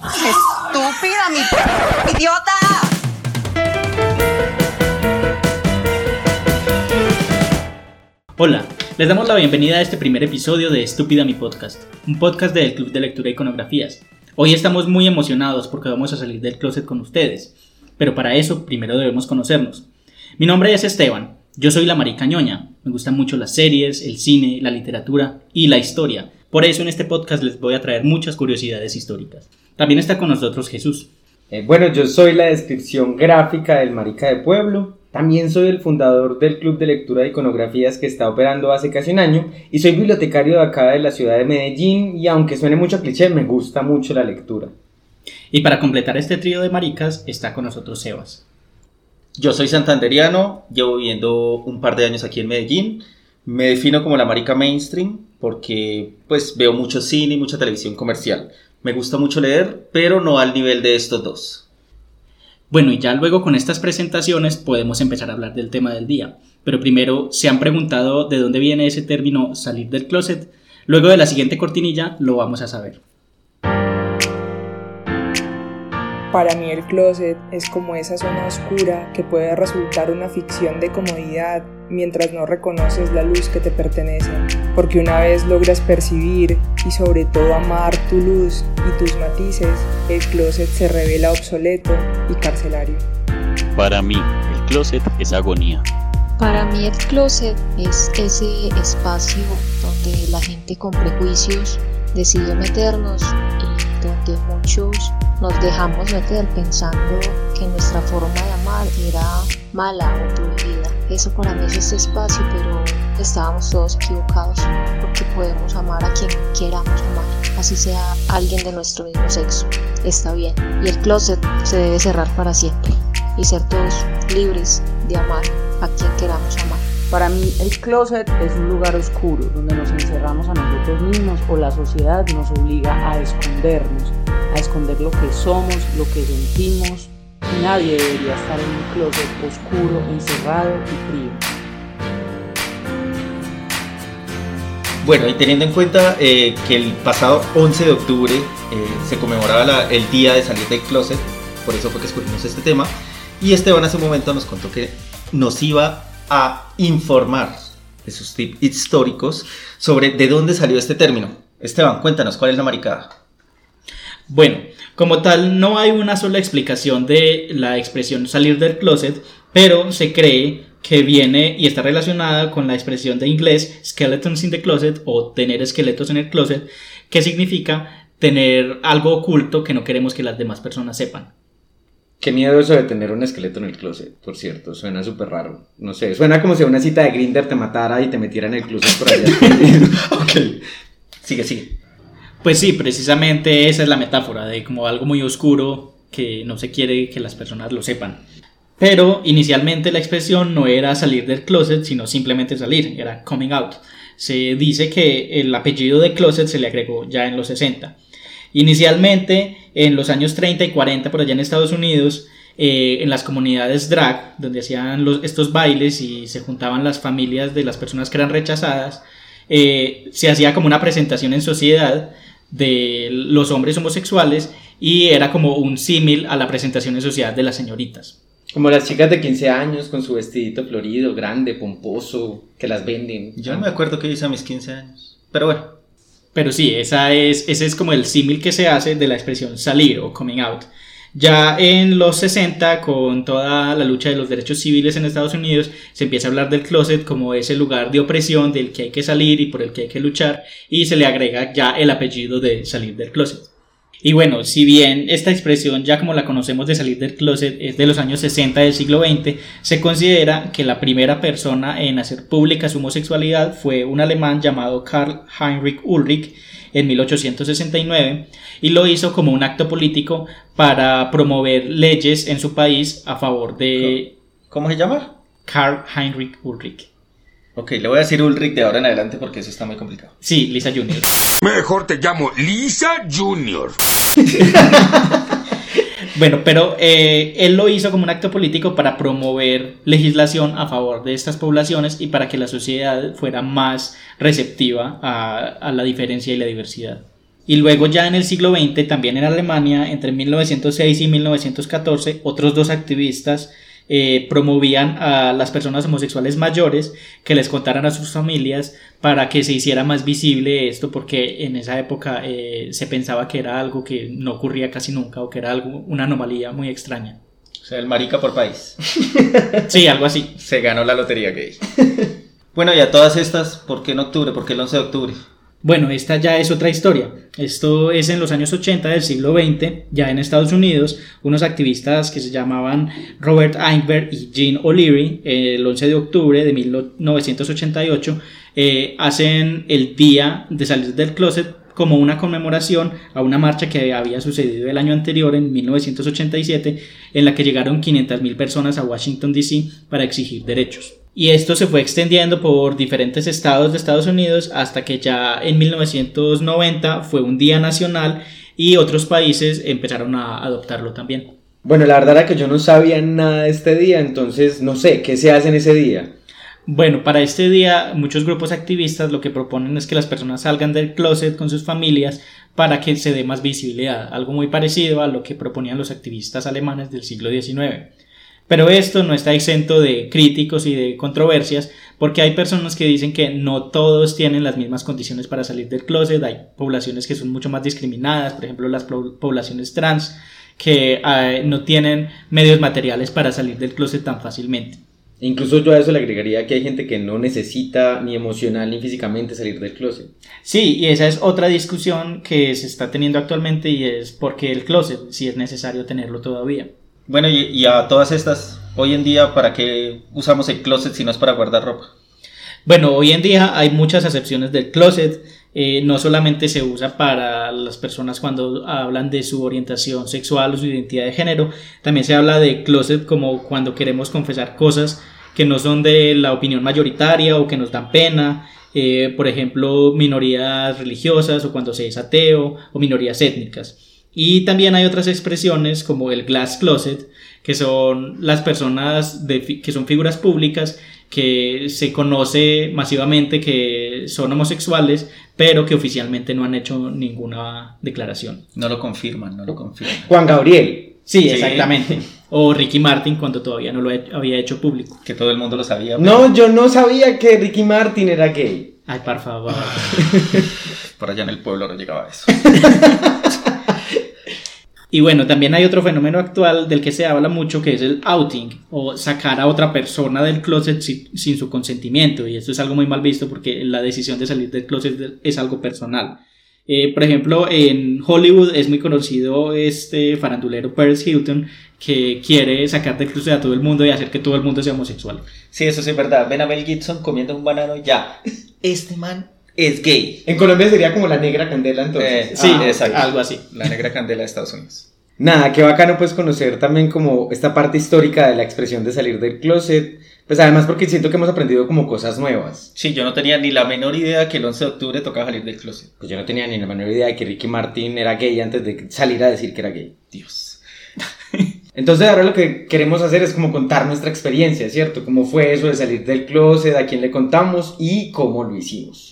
¡Estúpida, mi idiota! Hola, les damos la bienvenida a este primer episodio de Estúpida mi podcast, un podcast del Club de Lectura e Iconografías. Hoy estamos muy emocionados porque vamos a salir del closet con ustedes, pero para eso primero debemos conocernos. Mi nombre es Esteban, yo soy la marica ñoña, me gustan mucho las series, el cine, la literatura y la historia. Por eso en este podcast les voy a traer muchas curiosidades históricas. También está con nosotros Jesús. Bueno, yo soy la descripción gráfica del marica de pueblo. También soy el fundador del Club de Lectura de Iconografías que está operando hace casi un año y soy bibliotecario de acá de la ciudad de Medellín y aunque suene mucho cliché, me gusta mucho la lectura. Y para completar este trío de maricas está con nosotros Sebas. Yo soy santanderiano, llevo viviendo un par de años aquí en Medellín. Me defino como la marica mainstream porque pues veo mucho cine y mucha televisión comercial. Me gusta mucho leer, pero no al nivel de estos dos. Bueno, y ya luego con estas presentaciones podemos empezar a hablar del tema del día. Pero primero, ¿se han preguntado de dónde viene ese término salir del closet? Luego de la siguiente cortinilla lo vamos a saber. Para mí el closet es como esa zona oscura que puede resultar una ficción de comodidad mientras no reconoces la luz que te pertenece, porque una vez logras percibir y sobre todo amar tu luz y tus matices, el closet se revela obsoleto y carcelario. Para mí el closet es agonía. Para mí el closet es ese espacio donde la gente con prejuicios decidió meternos y donde muchos nos dejamos meter pensando que nuestra forma de amar era mala o prohibida. Eso para mí es ese espacio, pero estábamos todos equivocados porque podemos amar a quien queramos amar, así sea alguien de nuestro mismo sexo. Está bien. Y el closet se debe cerrar para siempre y ser todos libres de amar a quien queramos amar. Para mí el closet es un lugar oscuro donde nos encerramos a nosotros mismos o la sociedad nos obliga a escondernos, a esconder lo que somos, lo que sentimos. Nadie debería estar en un closet oscuro, encerrado y frío. Bueno, y teniendo en cuenta que el pasado 11 de octubre se conmemoraba el día de salir del closet, por eso fue que escogimos este tema, y Esteban hace un momento nos contó que nos iba a informar de sus tips históricos sobre de dónde salió este término. Esteban, cuéntanos, ¿cuál es la maricada? Bueno, como tal no hay una sola explicación de la expresión salir del closet, pero se cree que viene y está relacionada con la expresión de inglés skeletons in the closet o tener esqueletos en el closet, que significa tener algo oculto que no queremos que las demás personas sepan. Qué miedo eso de tener un esqueleto en el closet, por cierto, suena súper raro. No sé, suena como si una cita de Grindr te matara y te metiera en el closet por allá. Ok, sigue. Pues sí, precisamente esa es la metáfora de como algo muy oscuro que no se quiere que las personas lo sepan. Pero inicialmente la expresión no era salir del closet, sino simplemente salir, era coming out. Se dice que el apellido de closet se le agregó ya en los 60. Inicialmente, en los años 30 y 40 por allá en Estados Unidos, en las comunidades drag, donde hacían estos bailes y se juntaban las familias de las personas que eran rechazadas, se hacía como una presentación en sociedad de los hombres homosexuales y era como un símil a la presentación en sociedad de las señoritas. Como las chicas de 15 años con su vestidito florido, grande, pomposo, que las venden. Yo no me acuerdo qué hice a mis 15 años, pero bueno. Pero sí, ese es como el símil que se hace de la expresión salir o coming out. Ya en los 60, con toda la lucha de los derechos civiles en Estados Unidos, se empieza a hablar del closet como ese lugar de opresión del que hay que salir y por el que hay que luchar, y se le agrega ya el apellido de salir del closet. Y bueno, si bien esta expresión ya como la conocemos de salir del closet es de los años 60 del siglo XX, se considera que la primera persona en hacer pública su homosexualidad fue un alemán llamado Karl Heinrich Ulrich en 1869 y lo hizo como un acto político para promover leyes en su país a favor de... ¿Cómo se llama? Karl Heinrich Ulrich. Ok, le voy a decir Ulrich de ahora en adelante porque eso está muy complicado. Sí, Lisa Junior. Mejor te llamo Lisa Junior. Bueno, pero él lo hizo como un acto político para promover legislación a favor de estas poblaciones y para que la sociedad fuera más receptiva a la diferencia y la diversidad. Y luego ya en el siglo XX, también en Alemania, entre 1906 y 1914, otros dos activistas promovían a las personas homosexuales mayores que les contaran a sus familias para que se hiciera más visible esto, porque en esa época se pensaba que era algo que no ocurría casi nunca o que era una anomalía muy extraña. O sea, el marica por país. Sí, algo así. Se ganó la lotería gay. Bueno, y a todas estas, ¿por qué en octubre? ¿Por qué el 11 de octubre? Bueno, esta ya es otra historia. Esto es en los años 80 del siglo XX, ya en Estados Unidos, unos activistas que se llamaban Robert Einberg y Jean O'Leary, el 11 de octubre de 1988, hacen el día de salir del closet como una conmemoración a una marcha que había sucedido el año anterior, en 1987, en la que llegaron 500,000 personas a Washington, D.C. para exigir derechos. Y esto se fue extendiendo por diferentes estados de Estados Unidos hasta que ya en 1990 fue un día nacional y otros países empezaron a adoptarlo también. Bueno, la verdad era que yo no sabía nada de este día, entonces no sé, ¿qué se hace en ese día? Bueno, para este día muchos grupos activistas lo que proponen es que las personas salgan del closet con sus familias para que se dé más visibilidad, algo muy parecido a lo que proponían los activistas alemanes del siglo XIX. Pero esto no está exento de críticos y de controversias, porque hay personas que dicen que no todos tienen las mismas condiciones para salir del closet. Hay poblaciones que son mucho más discriminadas, por ejemplo las poblaciones trans, que no tienen medios materiales para salir del closet tan fácilmente. Incluso yo a eso le agregaría que hay gente que no necesita ni emocional ni físicamente salir del closet. Sí, y esa es otra discusión que se está teniendo actualmente, y es por qué el closet, si es necesario tenerlo todavía. Bueno, y a todas estas, hoy en día, ¿para qué usamos el closet si no es para guardar ropa? Bueno, hoy en día hay muchas acepciones del closet. No solamente se usa para las personas cuando hablan de su orientación sexual o su identidad de género, también se habla de closet como cuando queremos confesar cosas que no son de la opinión mayoritaria o que nos dan pena, por ejemplo, minorías religiosas o cuando se es ateo, o minorías étnicas. Y también hay otras expresiones como el glass closet, que son las personas que son figuras públicas que se conoce masivamente que son homosexuales, pero que oficialmente no han hecho ninguna declaración. No lo confirman. Juan Gabriel. Sí, exactamente. O Ricky Martin, cuando todavía no lo había hecho público. Que todo el mundo lo sabía. No, yo no sabía que Ricky Martin era gay. Ay, por favor. Por allá en el pueblo no llegaba eso. Y bueno, también hay otro fenómeno actual del que se habla mucho, que es el outing, o sacar a otra persona del closet sin su consentimiento, y esto es algo muy mal visto porque la decisión de salir del closet es algo personal. Por ejemplo, en Hollywood es muy conocido este farandulero Paris Hilton, que quiere sacar del closet a todo el mundo y hacer que todo el mundo sea homosexual. Sí, eso sí es verdad. Ven a Mel Gibson comiendo un banano y ya. Este man es gay. En Colombia sería como la negra candela, entonces. Sí, exacto. Algo así. La negra candela de Estados Unidos. Nada, qué bacano pues conocer también como esta parte histórica de la expresión de salir del closet. Pues además porque siento que hemos aprendido como cosas nuevas. Sí, yo no tenía ni la menor idea que el 11 de octubre tocaba salir del closet. Pues yo no tenía ni la menor idea de que Ricky Martin era gay antes de salir a decir que era gay. Dios. Entonces ahora lo que queremos hacer es como contar nuestra experiencia, ¿cierto? Cómo fue eso de salir del closet, a quién le contamos y cómo lo hicimos.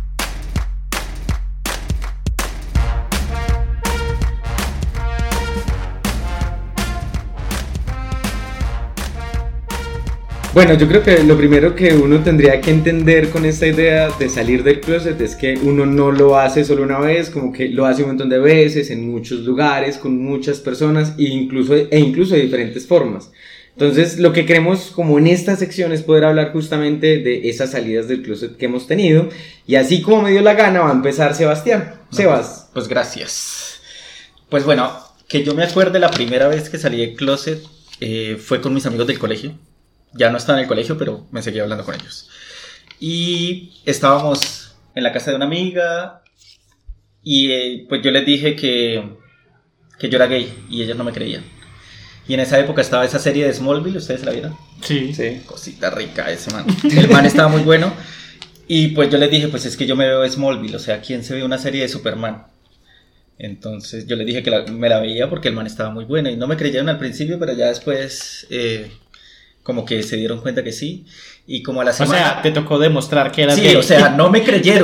Bueno, yo creo que lo primero que uno tendría que entender con esta idea de salir del closet es que uno no lo hace solo una vez, como que lo hace un montón de veces, en muchos lugares, con muchas personas e incluso de diferentes formas. Entonces, lo que queremos como en esta sección es poder hablar justamente de esas salidas del closet que hemos tenido, y así como me dio la gana va a empezar Sebastián. Sebas. Pues gracias. Pues bueno, que yo me acuerde la primera vez que salí del closet fue con mis amigos del colegio. Ya no estaba en el colegio, pero me seguía hablando con ellos. Y estábamos en la casa de una amiga y pues yo les dije que yo era gay y ellos no me creían. Y en esa época estaba esa serie de Smallville, ¿ustedes la vieron? Sí. Cosita rica ese man. El man estaba muy bueno. Y pues yo les dije, pues es que yo me veo Smallville, o sea, ¿quién se ve una serie de Superman? Entonces yo les dije que me la veía porque el man estaba muy bueno. Y no me creyeron al principio, pero ya después... como que se dieron cuenta que sí, y como a la semana... O sea, te tocó demostrar que eras sí, gay. O sea, no me creyeron,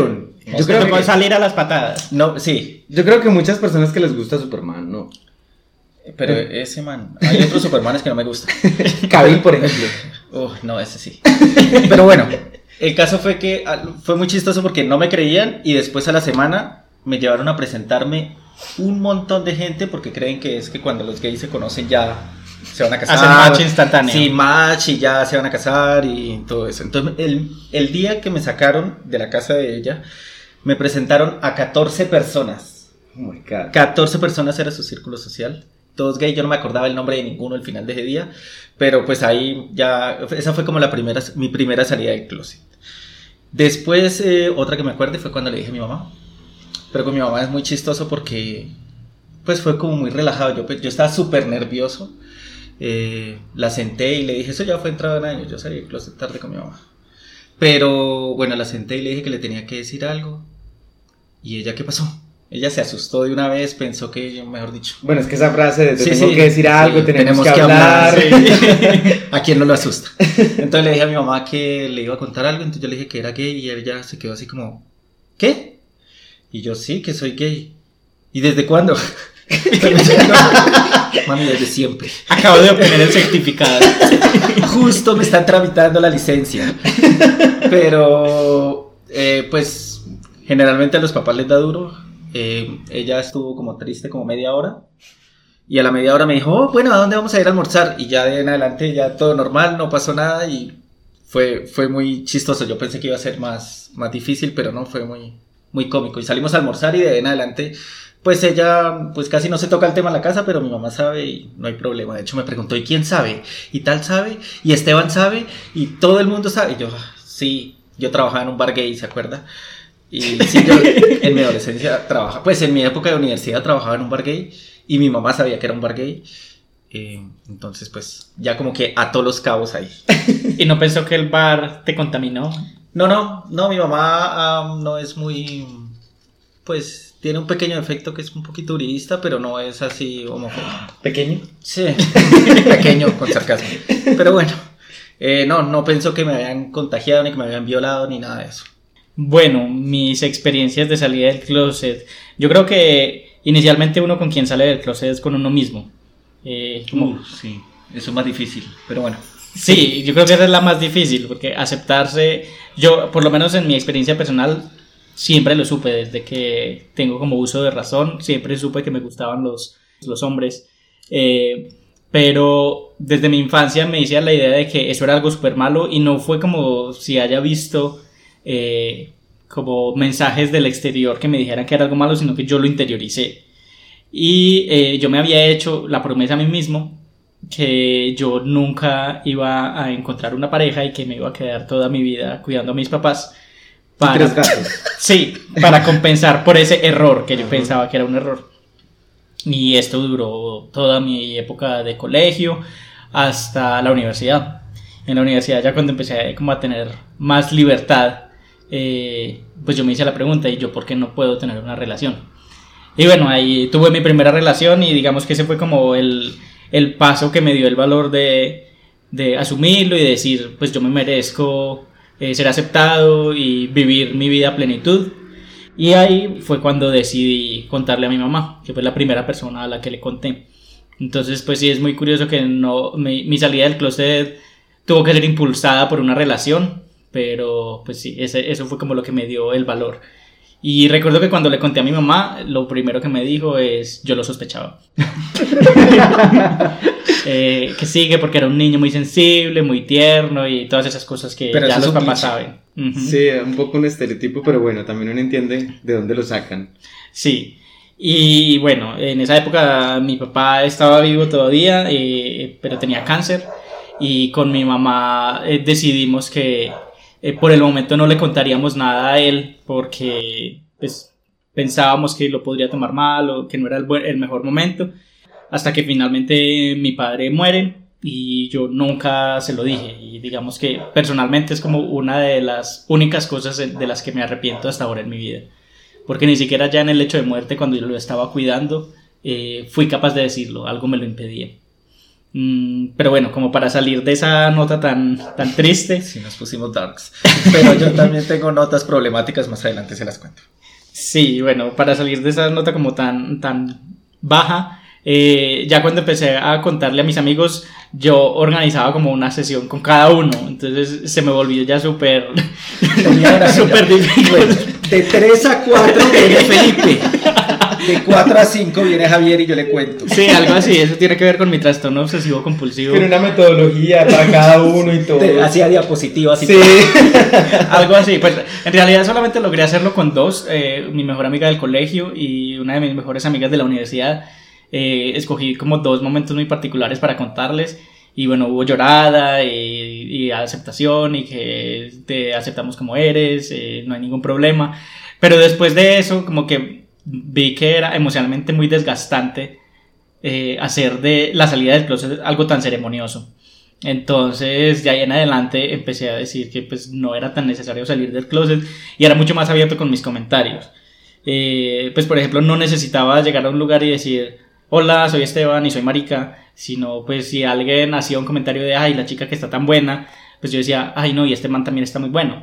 Yo creo que salir a las patadas. No, sí. Yo creo que muchas personas que les gusta Superman, ¿no? Pero ese man, hay otros Supermanes que no me gustan. Cavill, por ejemplo. No, ese sí. Pero bueno, el caso fue que fue muy chistoso porque no me creían y después a la semana me llevaron a presentarme un montón de gente porque creen que es que cuando los gays se conocen ya se van a casar. Hacen match instantáneo. Sí, match y ya se van a casar y todo eso. Entonces, el día que me sacaron de la casa de ella, me presentaron a 14 personas. Oh my God. 14 personas era su círculo social. Todos gays, yo no me acordaba el nombre de ninguno al final de ese día, pero pues ahí ya, esa fue como mi primera salida del closet. Después, otra que me acuerde fue cuando le dije a mi mamá, pero con mi mamá es muy chistoso porque pues fue como muy relajado, yo estaba súper nervioso, la senté y le dije, eso ya fue entrado en años, yo salí del closet tarde con mi mamá, pero bueno, la senté y le dije que le tenía que decir algo, y ella, ¿qué pasó? Ella se asustó de una vez, pensó que, mejor dicho... Bueno, es que esa frase de tengo que decir algo, tenemos que hablar... ¿A quién no lo asusta? Entonces le dije a mi mamá que le iba a contar algo, entonces yo le dije que era gay y ella se quedó así como... ¿Qué? Y yo, sí, que soy gay. ¿Y desde cuándo? Mami, desde siempre. Acabo de obtener el certificado. Justo me están tramitando la licencia. Pero, pues, generalmente a los papás les da duro. Ella estuvo como triste como media hora y a la media hora me dijo, bueno, ¿a dónde vamos a ir a almorzar? Y ya de en adelante ya todo normal, no pasó nada y fue muy chistoso. Yo pensé que iba a ser más difícil, pero no, fue muy cómico y salimos a almorzar y de en adelante pues ella pues casi no se toca el tema en la casa, pero mi mamá sabe y no hay problema. De hecho me preguntó, ¿y quién sabe? Y tal sabe, y Esteban sabe, y todo el mundo sabe. Y yo, sí, yo trabajaba en un bar gay, ¿se acuerda? Y sí, yo en mi adolescencia trabajaba, pues en mi época de universidad trabajaba en un bar gay y mi mamá sabía que era un bar gay. Entonces pues ya como que ató los cabos ahí. ¿Y no pensó que el bar te contaminó? No, mi mamá no es muy, pues tiene un pequeño defecto que es un poquito uribista, pero no es así homofóbico. ¿Pequeño? Sí, pequeño con sarcasmo. Pero bueno, no pensó que me habían contagiado ni que me habían violado ni nada de eso. Bueno, mis experiencias de salida del closet. Yo creo que inicialmente uno con quien sale del closet es con uno mismo. Sí, eso es más difícil, pero bueno. Sí, yo creo que esa es la más difícil, porque aceptarse, yo por lo menos en mi experiencia personal, siempre lo supe, desde que tengo como uso de razón, siempre supe que me gustaban los hombres. Pero desde mi infancia me hice la idea de que eso era algo súper malo y no fue como si haya visto... como mensajes del exterior que me dijeran que era algo malo, sino que yo lo interioricé y yo me había hecho la promesa a mí mismo que yo nunca iba a encontrar una pareja y que me iba a quedar toda mi vida cuidando a mis papás para, sí, para compensar por ese error que yo pensaba que era un error. Y esto duró toda mi época de colegio hasta la universidad. En la universidad, ya cuando empecé como a tener más libertad, pues yo me hice la pregunta, ¿y yo por qué no puedo tener una relación? Y bueno, ahí tuve mi primera relación y digamos que ese fue como el paso que me dio el valor de asumirlo y decir, pues yo me merezco ser aceptado y vivir mi vida a plenitud. Y ahí fue cuando decidí contarle a mi mamá, que fue la primera persona a la que le conté. Entonces pues sí, es muy curioso que mi salida del closet tuvo que ser impulsada por una relación, pero pues sí, eso fue como lo que me dio el valor. Y recuerdo que cuando le conté a mi mamá, lo primero que me dijo es, yo lo sospechaba. Que sigue porque era un niño muy sensible, muy tierno y todas esas cosas que pero ya los papás saben. Uh-huh. Sí, un poco un estereotipo, pero bueno, también uno entiende de dónde lo sacan. Sí, y bueno, en esa época mi papá estaba vivo todavía, pero tenía cáncer. Y con mi mamá decidimos que por el momento no le contaríamos nada a él porque pues, pensábamos que lo podría tomar mal o que no era el mejor momento, hasta que finalmente mi padre muere y yo nunca se lo dije. Y digamos que personalmente es como una de las únicas cosas de las que me arrepiento hasta ahora en mi vida, porque ni siquiera ya en el lecho de muerte, cuando yo lo estaba cuidando, fui capaz de decirlo, algo me lo impedía. Pero bueno, como para salir de esa nota tan triste. Sí, nos pusimos darks. Pero yo también tengo notas problemáticas, más adelante se las cuento. Sí, bueno, para salir de esa nota como tan baja, ya cuando empecé a contarle a mis amigos, yo organizaba como una sesión con cada uno. Entonces se me volvió ya súper difícil. Bueno, de 3 a 4 viene Felipe. De 4 a 5 viene Javier y yo le cuento. Sí, algo así, eso tiene que ver con mi trastorno obsesivo compulsivo. Tiene una metodología para cada uno y todo. Hacía diapositivas y sí. Algo así, pues en realidad solamente logré hacerlo con 2, mi mejor amiga del colegio y una de mis mejores amigas de la universidad. Escogí como 2 momentos muy particulares para contarles. Y bueno, hubo llorada y aceptación y que te aceptamos como eres, no hay ningún problema. Pero después de eso, como que vi que era emocionalmente muy desgastante hacer de la salida del closet algo tan ceremonioso. Entonces, ya ahí en adelante empecé a decir que pues no era tan necesario salir del closet y era mucho más abierto con mis comentarios. Pues por ejemplo, no necesitaba llegar a un lugar y decir: hola, soy Esteban y soy marica, sino pues si alguien hacía un comentario de ay, la chica que está tan buena, pues yo decía, ay no, y este man también está muy bueno.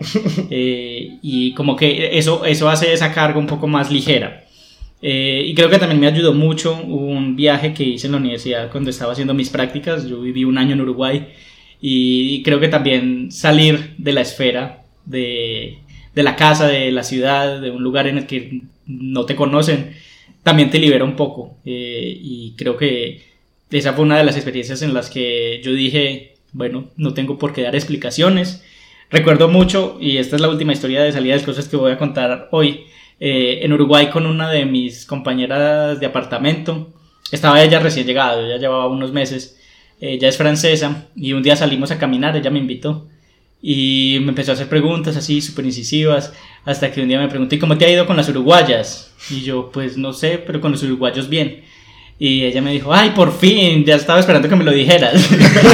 Y como que eso hace esa carga un poco más ligera. Y creo que también me ayudó mucho un viaje que hice en la universidad cuando estaba haciendo mis prácticas. Yo viví 1 año en Uruguay y creo que también salir de la esfera de la casa, de la ciudad, de un lugar en el que no te conocen, también te libera un poco. Y creo que esa fue una de las experiencias en las que yo dije, bueno, no tengo por qué dar explicaciones. Recuerdo mucho, y esta es la última historia de salida de cosas que voy a contar hoy, en Uruguay con una de mis compañeras de apartamento. Estaba ella recién llegada, ella llevaba unos meses, ella es francesa, y un día salimos a caminar, ella me invitó y me empezó a hacer preguntas así súper incisivas, hasta que un día me preguntó: ¿y cómo te ha ido con las uruguayas? Y yo, pues no sé, pero con los uruguayos bien. Y ella me dijo: ay, por fin, ya estaba esperando que me lo dijeras.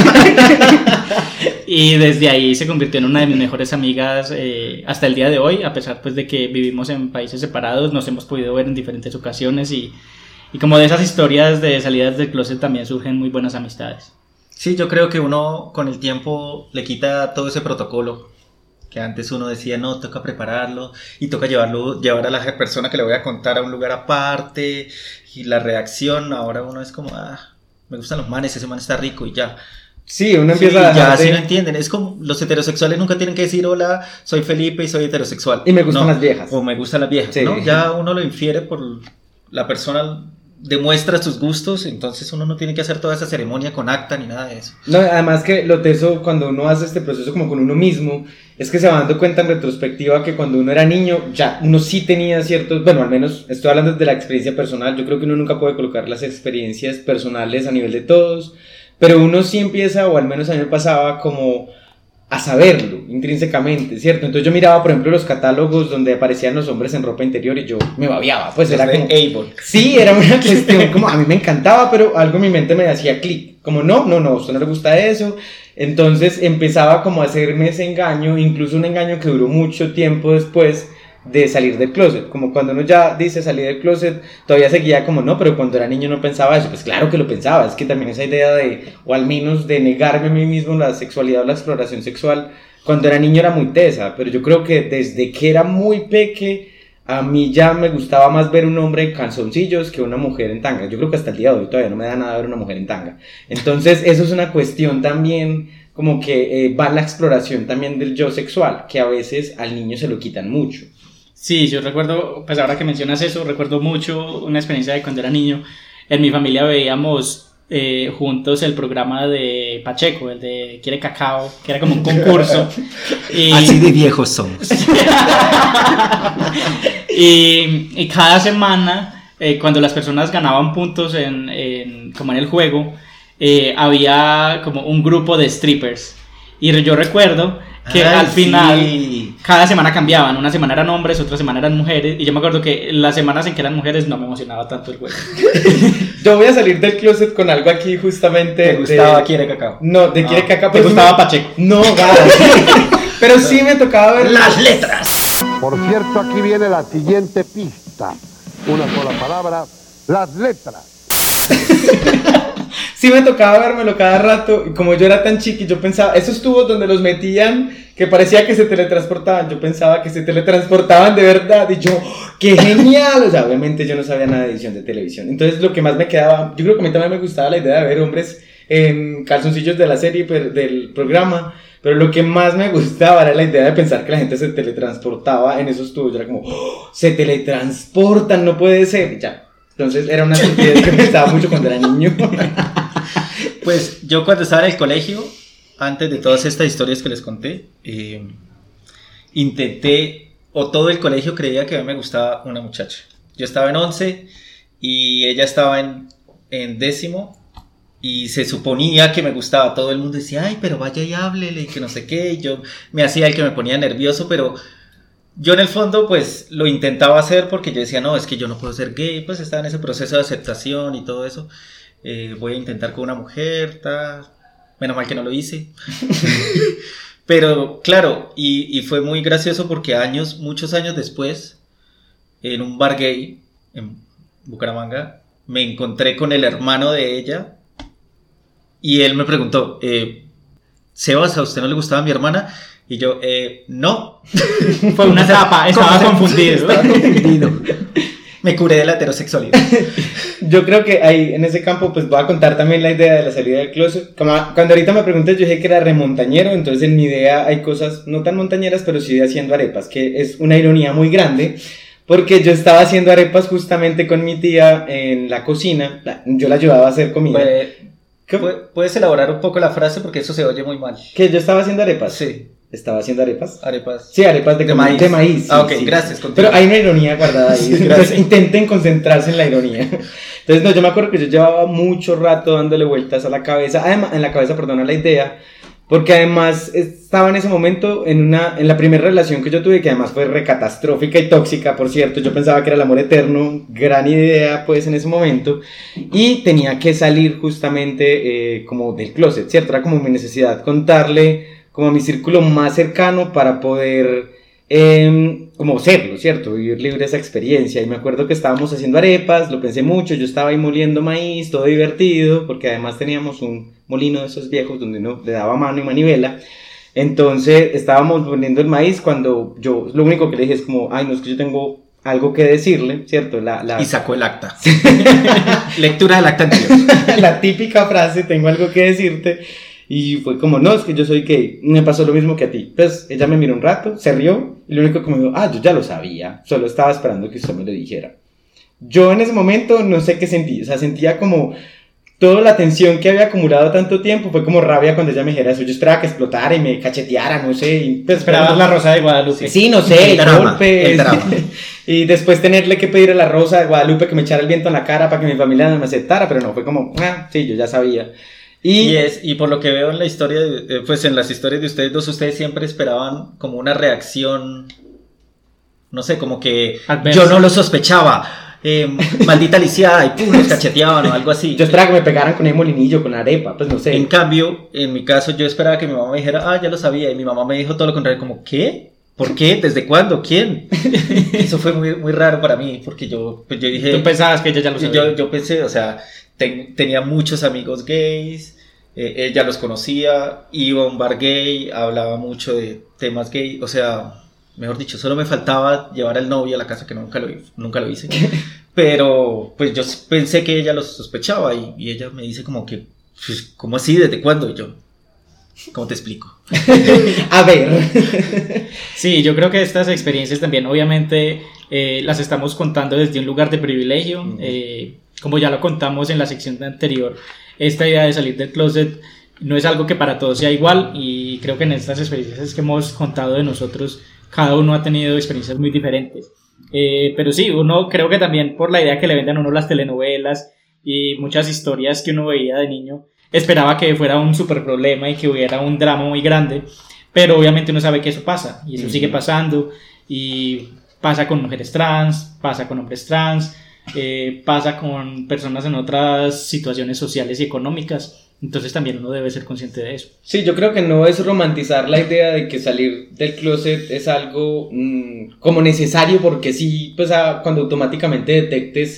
Y desde ahí se convirtió en una de mis mejores amigas hasta el día de hoy, a pesar pues de que vivimos en países separados, nos hemos podido ver en diferentes ocasiones y como de esas historias de salidas del closet también surgen muy buenas amistades. Sí, yo creo que uno con el tiempo le quita todo ese protocolo que antes uno decía, no, toca prepararlo y toca llevar a la persona que le voy a contar a un lugar aparte, y la reacción, ahora uno es como, me gustan los manes, ese man está rico y ya. Sí, uno empieza a ya así no entienden, es como los heterosexuales nunca tienen que decir hola, soy Felipe y soy heterosexual. Y me gustan las viejas. O me gustan las viejas, sí. ¿No? Ya uno lo infiere por la persona, demuestra sus gustos, entonces uno no tiene que hacer toda esa ceremonia con acta ni nada de eso. No, además que lo teso cuando uno hace este proceso como con uno mismo, es que se va dando cuenta en retrospectiva que cuando uno era niño, ya uno sí tenía ciertos, bueno, al menos estoy hablando de la experiencia personal, yo creo que uno nunca puede colocar las experiencias personales a nivel de todos, pero uno sí empieza, o al menos a mí me pasaba, como a saberlo intrínsecamente, ¿cierto? Entonces yo miraba, por ejemplo, los catálogos donde aparecían los hombres en ropa interior y yo me babiaba, pues los era como... Avon. Sí, era una cuestión como, a mí me encantaba, pero algo en mi mente me hacía clic, como no, a usted no le gusta eso. Entonces empezaba como a hacerme ese engaño, incluso un engaño que duró mucho tiempo después de salir del closet, como cuando uno ya dice salir del closet, todavía seguía como no, pero cuando era niño no pensaba eso, pues claro que lo pensaba, es que también esa idea de, o al menos de negarme a mí mismo la sexualidad o la exploración sexual, cuando era niño era muy tesa, pero yo creo que desde que era muy peque, a mí ya me gustaba más ver un hombre en calzoncillos que una mujer en tanga. Yo creo que hasta el día de hoy todavía no me da nada ver una mujer en tanga. Entonces eso es una cuestión también como que va la exploración también del yo sexual, que a veces al niño se lo quitan mucho. Sí, yo recuerdo, pues ahora que mencionas eso, recuerdo mucho una experiencia de cuando era niño. En mi familia veíamos juntos el programa de Pacheco, el de Quiere Cacao, que era como un concurso. Y... así de viejos somos. y cada semana, cuando las personas ganaban puntos como en el juego, había como un grupo de strippers. Y yo recuerdo que al final, sí, cada semana cambiaban. Una semana eran hombres, otra semana eran mujeres. Y yo me acuerdo que las semanas en que eran mujeres no me emocionaba tanto el juego. Yo voy a salir del closet con algo aquí justamente. ¿Te gustaba Quiere Cacao? No, de Quiere Cacao. ¿Te gustaba Pacheco? No, pero sí me tocaba ver las letras. Por cierto, aquí viene la siguiente pista. Una sola palabra, las letras. Sí, sí me tocaba vérmelo cada rato, y como yo era tan chiqui, yo pensaba, esos tubos donde los metían, que parecía que se teletransportaban, yo pensaba que se teletransportaban de verdad, y yo, ¡qué genial! O sea, obviamente yo no sabía nada de edición de televisión, entonces lo que más me quedaba, yo creo que a mí también me gustaba la idea de ver hombres en calzoncillos de la serie, del programa, pero lo que más me gustaba era la idea de pensar que la gente se teletransportaba en esos tubos, yo era como, ¡oh! Se teletransportan, no puede ser, y ya. Entonces era una estupidez que pensaba mucho cuando era niño. Pues yo cuando estaba en el colegio, antes de todas estas historias que les conté, intenté, o todo el colegio creía que a mí me gustaba una muchacha. Yo estaba en 11 y ella estaba en 10º y se suponía que me gustaba. Todo el mundo decía, ay, pero vaya y háblele, y que no sé qué, y yo me hacía el que me ponía nervioso, pero yo en el fondo pues lo intentaba hacer porque yo decía, no, es que yo no puedo ser gay, pues estaba en ese proceso de aceptación y todo eso. Voy a intentar con una mujer, menos mal que no lo hice. Pero claro, y fue muy gracioso porque muchos años después, en un bar gay en Bucaramanga, me encontré con el hermano de ella y él me preguntó, Sebas, ¿a usted no le gustaba mi hermana? Y yo, no. Fue una etapa, estaba confundido. Me curé de la heterosexualidad. Yo creo que ahí, en ese campo, pues voy a contar también la idea de la salida del closet. Cuando ahorita me preguntas, yo dije que era remontañero, entonces en mi idea hay cosas no tan montañeras, pero sí de haciendo arepas, que es una ironía muy grande, porque yo estaba haciendo arepas justamente con mi tía en la cocina, yo la ayudaba a hacer comida. ¿Puedes elaborar un poco la frase? Porque eso se oye muy mal. ¿Que yo estaba haciendo arepas? Sí. ¿Estaba haciendo arepas? Arepas. Sí, arepas de maíz. De maíz, sí, ok, sí. Gracias. Pero hay una ironía guardada ahí. Entonces intenten concentrarse en la ironía. Entonces, no, yo me acuerdo que yo llevaba mucho rato dándole vueltas a la cabeza, además, a la idea, porque además estaba en ese momento en la primera relación que yo tuve, que además fue recatastrófica y tóxica, por cierto. Yo pensaba que era el amor eterno, gran idea pues en ese momento, y tenía que salir justamente como del closet, ¿cierto? Era como mi necesidad contarle como a mi círculo más cercano para poder como serlo, ¿cierto? Vivir libre esa experiencia. Y me acuerdo que estábamos haciendo arepas, lo pensé mucho, yo estaba ahí moliendo maíz, todo divertido, porque además teníamos un molino de esos viejos donde uno le daba mano y manivela. Entonces estábamos moliendo el maíz cuando yo lo único que le dije es como, ay, no, es que yo tengo algo que decirle, ¿cierto? Y sacó el acta. Lectura del acta anterior. La típica frase, tengo algo que decirte. Y fue como, no, es que yo soy gay. Me pasó lo mismo que a ti. Pues ella me miró un rato, se rió, y lo único que me dijo, yo ya lo sabía, solo estaba esperando que usted me lo dijera. Yo en ese momento no sé qué sentí, o sea, sentía como toda la tensión que había acumulado tanto tiempo, fue como rabia cuando ella me dijera eso. Yo esperaba que explotara y me cacheteara, no sé. Y pues, esperaba la rosa de Guadalupe. Sí, no sé, el drama, golpes. el drama. Y después tenerle que pedir a la rosa de Guadalupe que me echara el viento en la cara para que mi familia no me aceptara, pero no, fue como, sí, yo ya sabía. Y por lo que veo en la historia, pues en las historias de ustedes dos, ustedes siempre esperaban como una reacción, no sé, como que adversa. Yo no lo sospechaba, maldita lisiada, y pum, los cacheteaban o algo así. Yo esperaba que me pegaran con el molinillo, con la arepa, pues no sé. En cambio, en mi caso, yo esperaba que mi mamá me dijera, ya lo sabía, y mi mamá me dijo todo lo contrario, como, ¿qué? ¿Por qué? ¿Desde cuándo? ¿Quién? Eso fue muy, muy raro para mí, porque yo dije... ¿Tú pensabas que ella ya lo sabía? Yo pensé, o sea, tenía muchos amigos gays, ella los conocía, iba a un bar gay, hablaba mucho de temas gay, o sea, mejor dicho, solo me faltaba llevar al novio a la casa, que nunca lo hice, pero pues yo pensé que ella los sospechaba y ella me dice como que, pues, ¿cómo así? ¿Desde cuándo? Y yo, ¿cómo te explico? A ver. Sí, yo creo que estas experiencias también obviamente las estamos contando desde un lugar de privilegio. Como ya lo contamos en la sección anterior, esta idea de salir del closet no es algo que para todos sea igual, y creo que en estas experiencias que hemos contado de nosotros, cada uno ha tenido experiencias muy diferentes. Pero sí, uno creo que también por la idea que le venden a uno las telenovelas y muchas historias que uno veía de niño, esperaba que fuera un super problema y que hubiera un drama muy grande, pero obviamente uno sabe que eso pasa, y eso sigue pasando, y pasa con mujeres trans, pasa con hombres trans, pasa con personas en otras situaciones sociales y económicas. Entonces también uno debe ser consciente de eso. Sí, yo creo que no es romantizar la idea de que salir del closet es algo como necesario, porque sí, pues cuando automáticamente detectes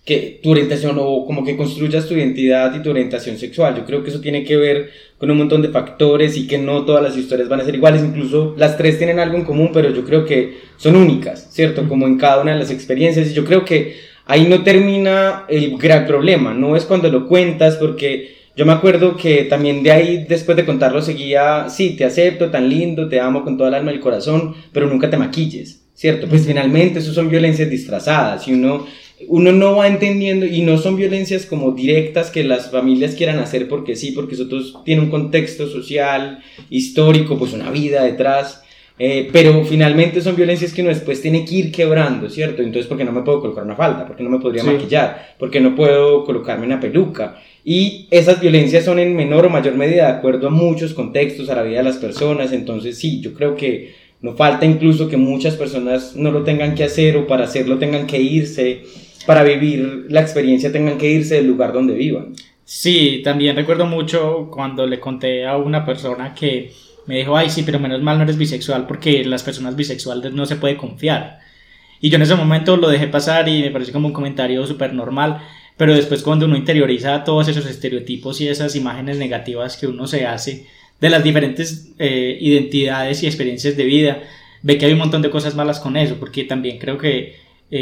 que tu orientación o como que construyas tu identidad y tu orientación sexual. Yo creo que eso tiene que ver con un montón de factores y que no todas las historias van a ser iguales, incluso las tres tienen algo en común, pero yo creo que son únicas, ¿cierto? Como en cada una de las experiencias, y yo creo que ahí no termina el gran problema, no es cuando lo cuentas, porque yo me acuerdo que también de ahí, después de contarlo, seguía, sí, te acepto, tan lindo, te amo con toda el alma y el corazón, pero nunca te maquilles, ¿cierto? Pues finalmente eso son violencias disfrazadas y uno no va entendiendo, y no son violencias como directas que las familias quieran hacer porque sí, porque eso tiene un contexto social, histórico, pues una vida detrás, pero finalmente son violencias que uno después tiene que ir quebrando, ¿cierto? Entonces, ¿por qué no me puedo colocar una falda? ¿Por qué no me podría maquillar? ¿Por qué no puedo colocarme una peluca? Y esas violencias son en menor o mayor medida de acuerdo a muchos contextos, a la vida de las personas. Entonces sí, yo creo que no falta incluso que muchas personas no lo tengan que hacer, o para hacerlo tengan que irse, para vivir la experiencia tengan que irse del lugar donde vivan. Sí, también recuerdo mucho cuando le conté a una persona que me dijo, ay sí, pero menos mal no eres bisexual, porque las personas bisexuales no se puede confiar. Y yo en ese momento lo dejé pasar y me pareció como un comentario súper normal, pero después cuando uno interioriza todos esos estereotipos y esas imágenes negativas que uno se hace de las diferentes identidades y experiencias de vida, ve que hay un montón de cosas malas con eso, porque también creo que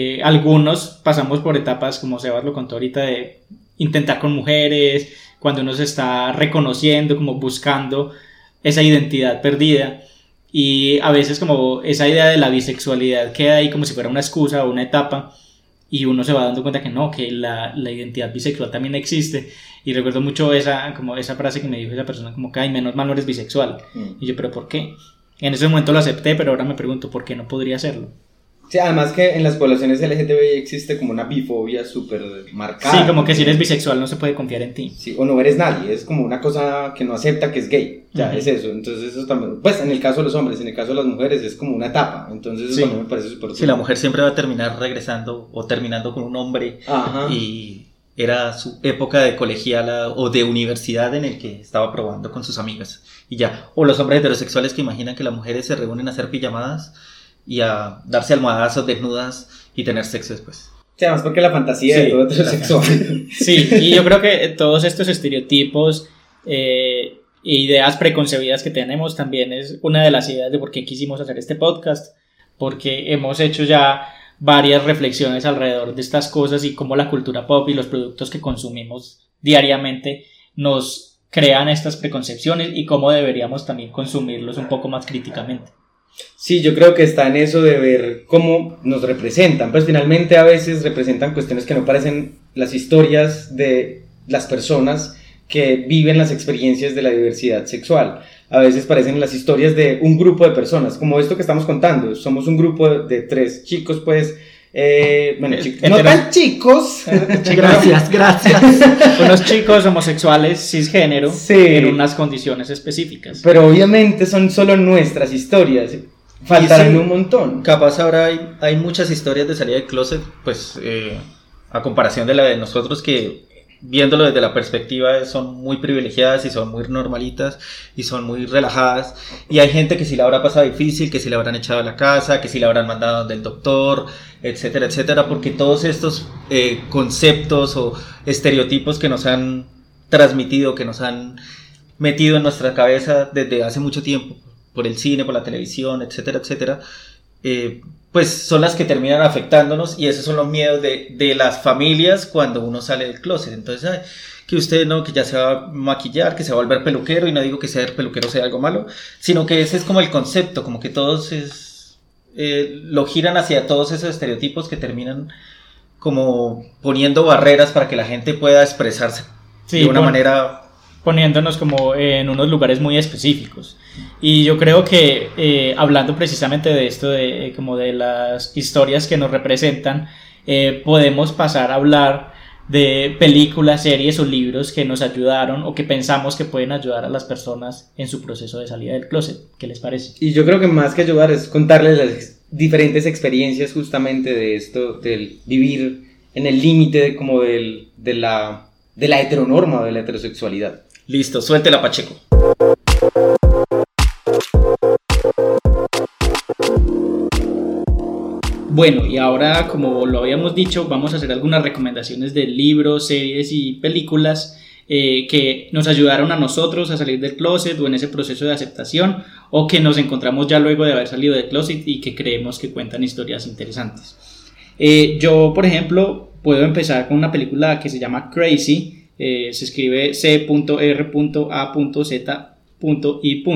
algunos pasamos por etapas, como Sebas lo contó ahorita, de intentar con mujeres, cuando uno se está reconociendo, como buscando esa identidad perdida, y a veces como esa idea de la bisexualidad queda ahí como si fuera una excusa o una etapa, y uno se va dando cuenta que no, que la identidad bisexual también existe. Y recuerdo mucho esa frase que me dijo esa persona, como que ay, menos mal no eres bisexual. Y yo, pero ¿por qué? En ese momento lo acepté, pero ahora me pregunto ¿por qué no podría hacerlo? Sí, además que en las poblaciones LGTBI existe como una bifobia súper marcada. Sí, como que si eres bisexual no se puede confiar en ti. Sí, o no eres nadie, es como una cosa que no acepta que es gay, ya, es eso. Entonces eso también, pues en el caso de los hombres, en el caso de las mujeres es como una etapa. Entonces eso también me parece súper... Sí, la mujer siempre va a terminar regresando o terminando con un hombre. Ajá. Y era su época de colegiala o de universidad en el que estaba probando con sus amigas y ya. O los hombres heterosexuales que imaginan que las mujeres se reúnen a hacer pijamadas y a darse almohadazos desnudas y tener sexo después. Sí, además porque la fantasía de todo heterosexual. Sí, y yo creo que todos estos estereotipos e ideas preconcebidas que tenemos también es una de las ideas de por qué quisimos hacer este podcast, porque hemos hecho ya varias reflexiones alrededor de estas cosas y cómo la cultura pop y los productos que consumimos diariamente nos crean estas preconcepciones y cómo deberíamos también consumirlos un poco más críticamente. Sí, yo creo que está en eso de ver cómo nos representan, pues finalmente a veces representan cuestiones que no parecen las historias de las personas que viven las experiencias de la diversidad sexual. A veces parecen las historias de un grupo de personas, como esto que estamos contando. Somos un grupo de 3 chicos, pues, bueno, no tan chicos. Gracias. Unos chicos homosexuales cisgénero, sí, en unas condiciones específicas. Pero obviamente son solo nuestras historias. Faltarán sí, un montón. Capaz ahora hay muchas historias de salida del closet, pues, a comparación de la de nosotros, que viéndolo desde la perspectiva son muy privilegiadas y son muy normalitas y son muy relajadas, y hay gente que sí la habrá pasado difícil, que sí la habrán echado a la casa, que sí la habrán mandado del doctor, etcétera, etcétera, porque todos estos conceptos o estereotipos que nos han transmitido, que nos han metido en nuestra cabeza desde hace mucho tiempo, por el cine, por la televisión, etcétera, etcétera, pues son las que terminan afectándonos, y esos son los miedos de las familias cuando uno sale del closet. Entonces, ay, que usted no, que ya se va a maquillar, que se va a volver peluquero, y no digo que ser peluquero sea algo malo, sino que ese es como el concepto, como que todos lo giran hacia todos esos estereotipos que terminan como poniendo barreras para que la gente pueda expresarse de una manera... poniéndonos como en unos lugares muy específicos. Y yo creo que hablando precisamente de esto, de como de las historias que nos representan, podemos pasar a hablar de películas, series o libros que nos ayudaron o que pensamos que pueden ayudar a las personas en su proceso de salida del closet. ¿Qué les parece? Y yo creo que más que ayudar es contarles las diferentes experiencias justamente de esto, del vivir en el límite como de la heteronorma o de la heterosexualidad. Listo, suéltela, Pacheco. Bueno, y ahora, como lo habíamos dicho, vamos a hacer algunas recomendaciones de libros, series y películas que nos ayudaron a nosotros a salir del closet o en ese proceso de aceptación, o que nos encontramos ya luego de haber salido del closet y que creemos que cuentan historias interesantes. Yo, por ejemplo, puedo empezar con una película que se llama Crazy, se escribe C.R.A.Z.I.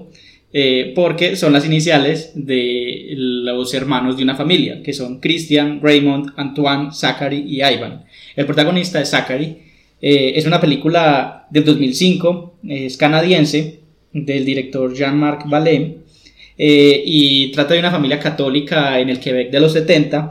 Porque son las iniciales de los hermanos de una familia, que son Christian, Raymond, Antoine, Zachary y Ivan. El protagonista es Zachary. Es una película del 2005, es canadiense, del director Jean-Marc Vallée, y trata de una familia católica en el Quebec de los 70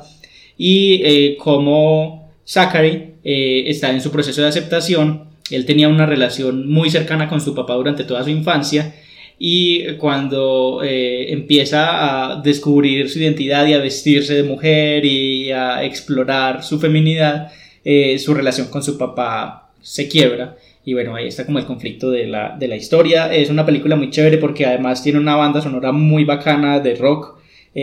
y cómo Zachary está en su proceso de aceptación. Él tenía una relación muy cercana con su papá durante toda su infancia, y cuando empieza a descubrir su identidad y a vestirse de mujer y a explorar su feminidad, su relación con su papá se quiebra. Y bueno, ahí está como el conflicto de la historia. Es una película muy chévere porque además tiene una banda sonora muy bacana de rock,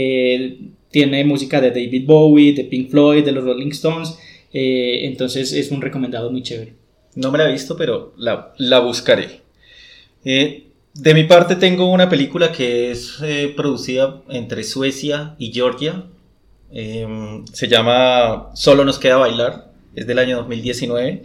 tiene música de David Bowie, de Pink Floyd, de los Rolling Stones, entonces es un recomendado muy chévere. No me la he visto, pero la buscaré. De mi parte tengo una película que es producida entre Suecia y Georgia. Se llama Solo nos queda bailar, es del año 2019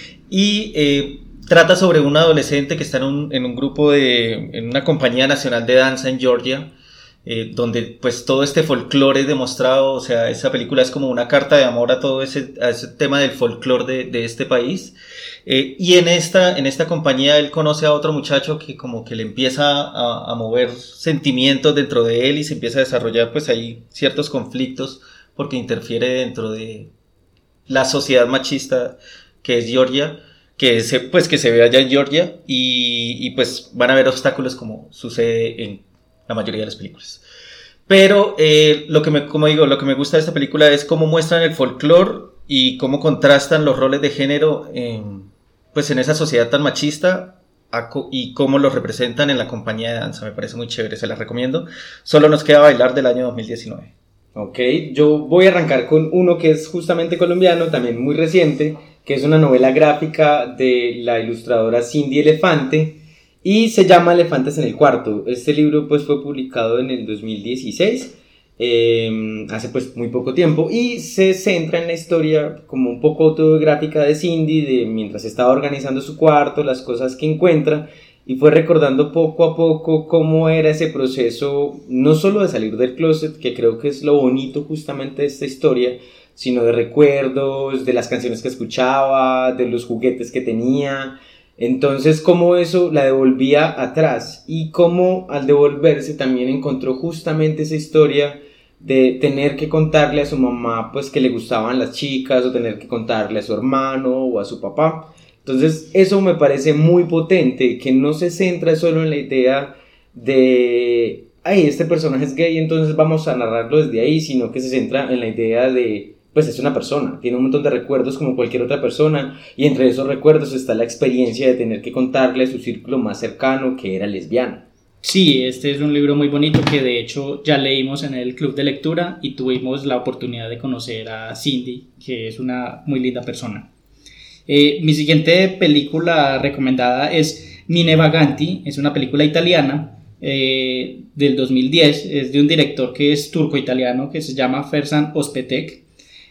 y trata sobre un adolescente que está en un grupo en una compañía nacional de danza en Georgia, donde pues todo este folclore es demostrado. O sea, esa película es como una carta de amor a todo ese tema del folclore de este país. Y en esta compañía él conoce a otro muchacho que como que le empieza a mover sentimientos dentro de él y se empieza a desarrollar pues ahí ciertos conflictos porque interfiere dentro de la sociedad machista que es Georgia, que se ve allá en Georgia, y pues van a haber obstáculos como sucede en la mayoría de las películas. Pero lo que me gusta de esta película es cómo muestran el folclore y cómo contrastan los roles de género pues en esa sociedad tan machista y cómo los representan en la compañía de danza. Me parece muy chévere, se la recomiendo. Solo nos queda bailar, del año 2019. Ok, yo voy a arrancar con uno que es justamente colombiano, también muy reciente, que es una novela gráfica de la ilustradora Cindy Elefante y se llama Elefantes en el cuarto. Este libro pues fue publicado en el 2016, hace pues muy poco tiempo, y se centra en la historia como un poco autobiográfica de Cindy, de mientras estaba organizando su cuarto, las cosas que encuentra, y fue recordando poco a poco cómo era ese proceso, no solo de salir del closet, que creo que es lo bonito justamente de esta historia, sino de recuerdos, de las canciones que escuchaba, de los juguetes que tenía. Entonces cómo eso la devolvía atrás y cómo al devolverse también encontró justamente esa historia de tener que contarle a su mamá pues que le gustaban las chicas, o tener que contarle a su hermano o a su papá. Entonces eso me parece muy potente, que no se centra solo en la idea de este personaje es gay, entonces vamos a narrarlo desde ahí, sino que se centra en la idea de pues es una persona, tiene un montón de recuerdos como cualquier otra persona, y entre esos recuerdos está la experiencia de tener que contarle a su círculo más cercano que era lesbiana. Sí, este es un libro muy bonito que de hecho ya leímos en el club de lectura y tuvimos la oportunidad de conocer a Cindy, que es una muy linda persona. Mi siguiente película recomendada es Mine Vaganti, es una película italiana del 2010, es de un director que es turco-italiano que se llama Ferzan Özpetek.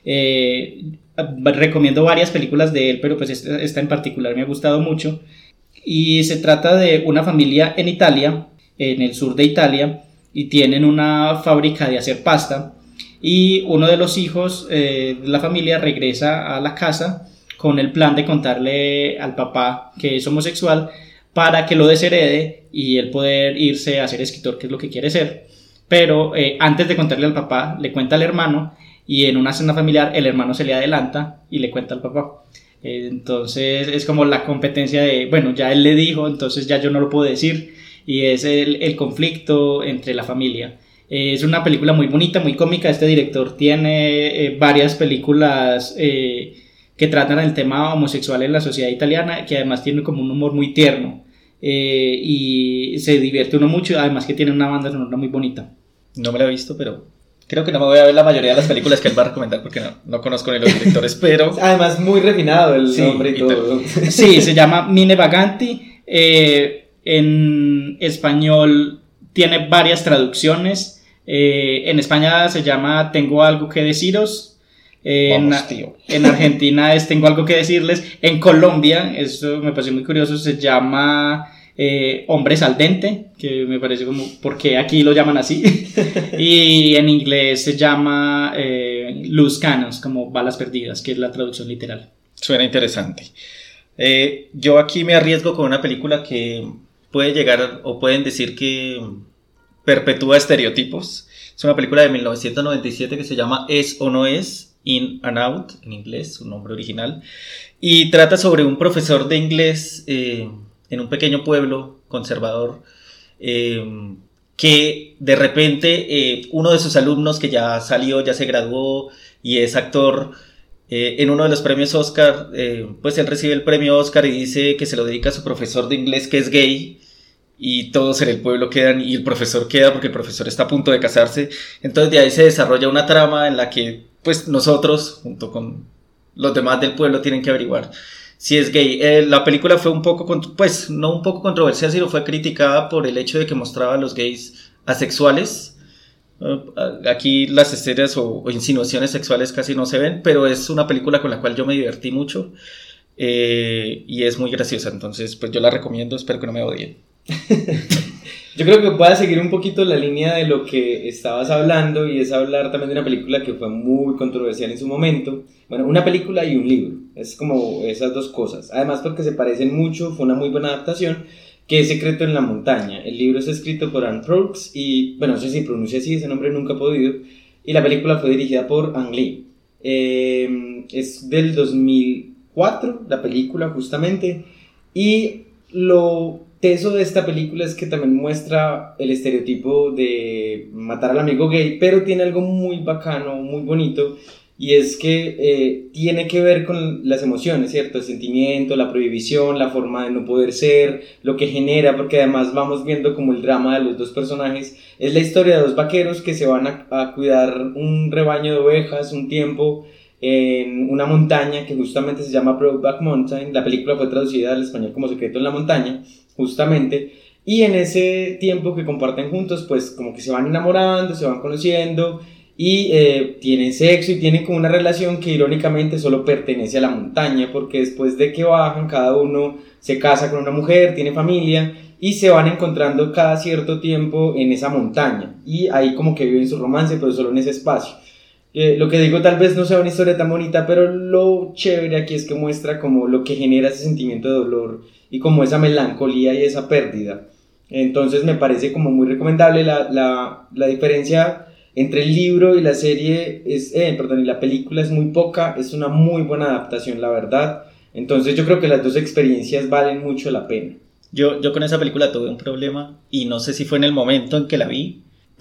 Recomiendo varias películas de él, pero pues esta en particular me ha gustado mucho, y se trata de una familia en Italia, en el sur de Italia, y tienen una fábrica de hacer pasta, y uno de los hijos de la familia regresa a la casa con el plan de contarle al papá que es homosexual para que lo desherede y él poder irse a ser escritor, que es lo que quiere ser. Pero antes de contarle al papá le cuenta al hermano, y en una cena familiar el hermano se le adelanta y le cuenta al papá. Entonces es como la competencia de, bueno, ya él le dijo, entonces ya yo no lo puedo decir, y es el conflicto entre la familia. Es una película muy bonita, muy cómica. Este director tiene varias películas que tratan el tema homosexual en la sociedad italiana, que además tiene como un humor muy tierno, y se divierte uno mucho, además que tiene una banda sonora muy bonita. No me la he visto, pero Creo que no me voy a ver la mayoría de las películas que él va a recomendar porque no conozco ni los directores, pero... Además, muy refinado el nombre y todo. Sí, se llama Mine Vaganti. En español tiene varias traducciones. En España se llama Tengo algo que deciros. Vamos, tío. En Argentina es Tengo algo que decirles. En Colombia, esto me pareció muy curioso, se llama Hombres al dente, que me parece como, ¿por qué aquí lo llaman así? Y en inglés se llama Loose Cannons, como balas perdidas, que es la traducción literal. Suena interesante. Yo aquí me arriesgo con una película que puede llegar, o pueden decir que perpetúa estereotipos. Es una película de 1997 que se llama Es o no es, In and Out, en inglés, su nombre original, y trata sobre un profesor de inglés en un pequeño pueblo conservador, que de repente uno de sus alumnos que ya salió, ya se graduó y es actor, en uno de los premios Oscar, pues él recibe el premio Oscar y dice que se lo dedica a su profesor de inglés que es gay, y todos en el pueblo quedan y el profesor queda porque el profesor está a punto de casarse. Entonces de ahí se desarrolla una trama en la que pues nosotros junto con los demás del pueblo tienen que averiguar si es gay. La película fue un poco, pues no un poco controversial, sino fue criticada por el hecho de que mostraba a los gays asexuales. Aquí las escenas o insinuaciones sexuales casi no se ven, pero es una película con la cual yo me divertí mucho, y es muy graciosa, entonces pues yo la recomiendo, espero que no me odien. Yo creo que pueda seguir un poquito la línea de lo que estabas hablando, y es hablar también de una película que fue muy controversial en su momento. Bueno, una película y un libro, es como esas dos cosas, además porque se parecen mucho, fue una muy buena adaptación, que es Secreto en la montaña. El libro es escrito por Anne Proulx y, bueno, no sé si pronuncia así, ese nombre nunca he podido, y la película fue dirigida por Ang Lee. Es del 2004 la película justamente, y lo teso de esta película es que también muestra el estereotipo de matar al amigo gay, pero tiene algo muy bacano, muy bonito, y es que tiene que ver con las emociones, ¿cierto? El sentimiento, la prohibición, la forma de no poder ser, lo que genera, porque además vamos viendo como el drama de los dos personajes. Es la historia de dos vaqueros que se van a cuidar un rebaño de ovejas un tiempo en una montaña que justamente se llama Brokeback Mountain. La película fue traducida al español como Secreto en la montaña, justamente, y en ese tiempo que comparten juntos, pues como que se van enamorando, se van conociendo, y tienen sexo y tienen como una relación que irónicamente solo pertenece a la montaña, porque después de que bajan, cada uno se casa con una mujer, tiene familia, y se van encontrando cada cierto tiempo en esa montaña, y ahí como que viven su romance, pero solo en ese espacio. Lo que digo tal vez no sea una historia tan bonita, pero lo chévere aquí es que muestra como lo que genera ese sentimiento de dolor y como esa melancolía y esa pérdida. Entonces me parece como muy recomendable. La diferencia entre el libro y la serie y la película es muy poca, es una muy buena adaptación, la verdad. Entonces yo creo que las dos experiencias valen mucho la pena. Yo con esa película tuve un problema, y no sé si fue en el momento en que la vi,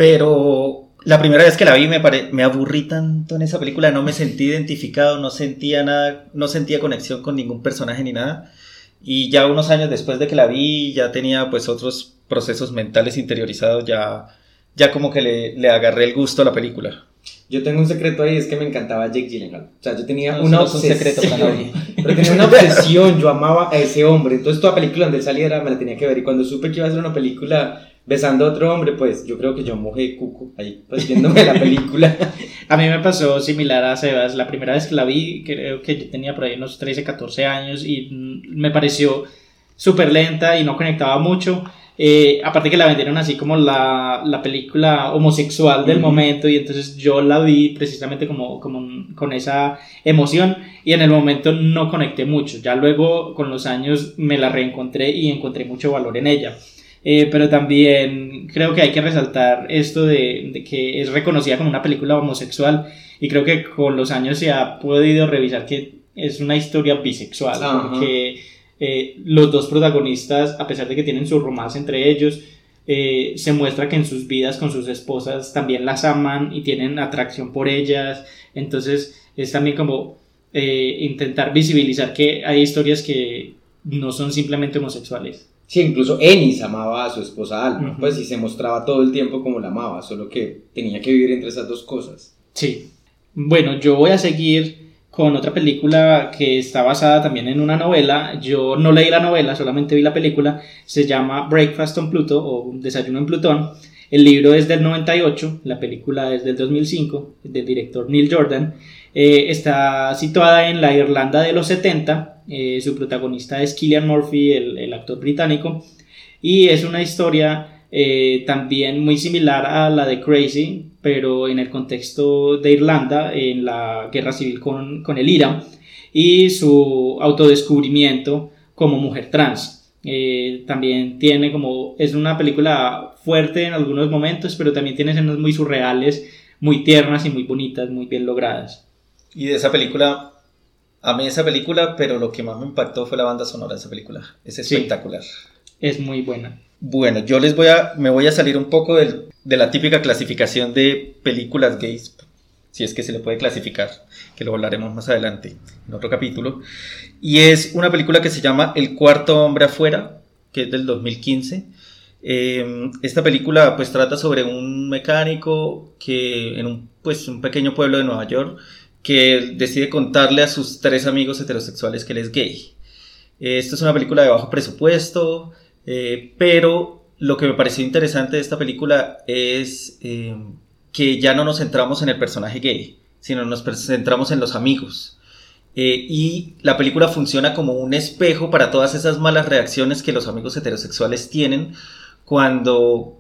pero la primera vez que la vi me aburrí tanto en esa película, no me sentí identificado, no sentía nada, no sentía conexión con ningún personaje ni nada, y ya unos años después de que la vi ya tenía pues otros procesos mentales interiorizados, ya como que le agarré el gusto a la película. Yo tengo un secreto ahí, es que me encantaba Jake Gyllenhaal. O sea, yo tenía una obsesión. Secreto para nadie. Pero tenía una obsesión, yo amaba a ese hombre. Entonces toda película donde él saliera me la tenía que ver. Y cuando supe que iba a ser una película besando a otro hombre, pues yo creo que yo mojé cuco ahí, pues viéndome la película. A mí me pasó similar a Sebas. La primera vez que la vi, creo que yo tenía por ahí unos 13, 14 años, y me pareció súper lenta y no conectaba mucho. Aparte que la vendieron así como la película homosexual del momento, y entonces yo la vi precisamente como con esa emoción, y en el momento no conecté mucho. Ya luego con los años me la reencontré y encontré mucho valor en ella. Pero también creo que hay que resaltar esto de que es reconocida como una película homosexual, y creo que con los años se ha podido revisar que es una historia bisexual. Ajá. Porque los dos protagonistas, a pesar de que tienen su romance entre ellos, se muestra que en sus vidas con sus esposas también las aman y tienen atracción por ellas. Entonces es también como intentar visibilizar que hay historias que no son simplemente homosexuales. Sí, incluso Ennis amaba a su esposa Alma, pues y se mostraba todo el tiempo como la amaba, solo que tenía que vivir entre esas dos cosas. Sí. Bueno, yo voy a seguir con otra película que está basada también en una novela. Yo no leí la novela, solamente vi la película. Se llama Breakfast on Pluto o Desayuno en Plutón. El libro es del 98, la película es del 2005, del director Neil Jordan. Está situada en la Irlanda de los 70. Su protagonista es Cillian Murphy, el actor británico. Y es una historia también muy similar a la de Crazy, pero en el contexto de Irlanda, en la guerra civil con el IRA, y su autodescubrimiento como mujer trans. También tiene es una película fuerte en algunos momentos, pero también tiene escenas muy surreales, muy tiernas y muy bonitas, muy bien logradas. Y de esa película, amé esa película, pero lo que más me impactó fue la banda sonora de esa película. Es espectacular. Sí, es muy buena. Bueno, yo me voy a salir un poco de la típica clasificación de películas gays, si es que se le puede clasificar, que lo hablaremos más adelante en otro capítulo. Y es una película que se llama El cuarto hombre afuera, que es del 2015. Esta película pues trata sobre un mecánico que en un pequeño pueblo de Nueva York, que decide contarle a sus 3 amigos heterosexuales que él es gay. Esto es una película de bajo presupuesto, pero lo que me pareció interesante de esta película es que ya no nos centramos en el personaje gay, sino nos centramos en los amigos. Y la película funciona como un espejo para todas esas malas reacciones que los amigos heterosexuales tienen cuando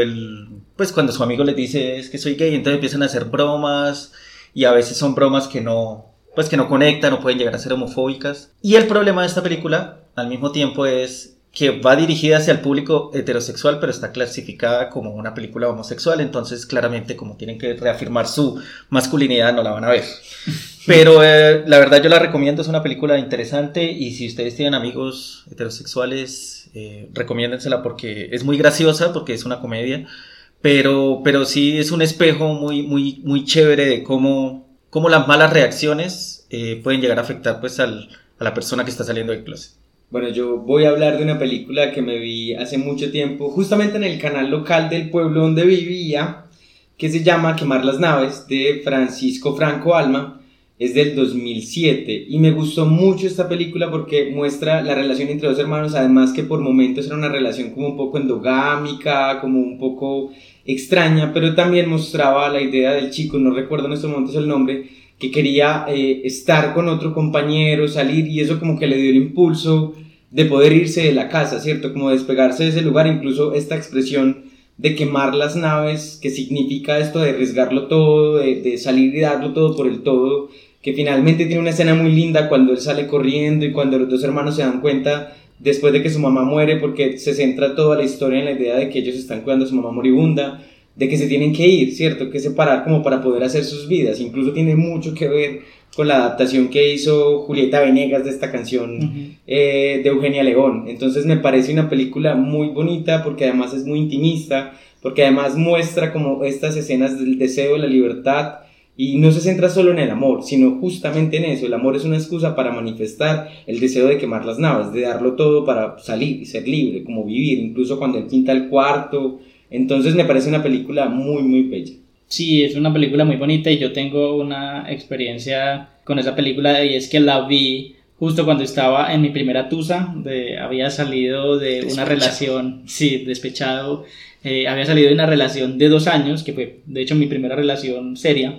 su amigo les dice es que soy gay, entonces empiezan a hacer bromas, y a veces son bromas que no conectan o pueden llegar a ser homofóbicas. Y el problema de esta película, al mismo tiempo, es que va dirigida hacia el público heterosexual, pero está clasificada como una película homosexual, entonces claramente como tienen que reafirmar su masculinidad no la van a ver. Pero la verdad yo la recomiendo, es una película interesante, y si ustedes tienen amigos heterosexuales, recomiéndensela porque es muy graciosa, porque es una comedia, pero sí es un espejo muy, muy, muy chévere de cómo las malas reacciones pueden llegar a afectar pues a la persona que está saliendo del closet. Bueno, yo voy a hablar de una película que me vi hace mucho tiempo, justamente en el canal local del pueblo donde vivía, que se llama Quemar las naves, de Francisco Franco Alma. Es del 2007 y me gustó mucho esta película porque muestra la relación entre dos hermanos, además que por momentos era una relación como un poco endogámica, como un poco extraña, pero también mostraba la idea del chico, no recuerdo en estos momentos el nombre, que quería estar con otro compañero, salir, y eso como que le dio el impulso de poder irse de la casa, ¿cierto? Como despegarse de ese lugar. Incluso esta expresión de quemar las naves, que significa esto de arriesgarlo todo, de salir y darlo todo por el todo, que finalmente tiene una escena muy linda cuando él sale corriendo y cuando los dos hermanos se dan cuenta después de que su mamá muere, porque se centra toda la historia en la idea de que ellos están cuidando a su mamá moribunda, de que se tienen que ir, ¿cierto? Que separar como para poder hacer sus vidas. Incluso tiene mucho que ver con la adaptación que hizo Julieta Venegas de esta canción de Eugenia León. Entonces me parece una película muy bonita porque además es muy intimista, porque además muestra como estas escenas del deseo, de la libertad, y no se centra solo en el amor, sino justamente en eso. El amor es una excusa para manifestar el deseo de quemar las naves, de darlo todo para salir y ser libre, como vivir, incluso cuando él pinta el cuarto. Entonces me parece una película muy, muy bella. Sí, es una película muy bonita y yo tengo una experiencia con esa película, y es que la vi justo cuando estaba en mi primera tusa, había salido de una relación, sí, despechado, había salido de una relación de 2 años, que fue de hecho mi primera relación seria,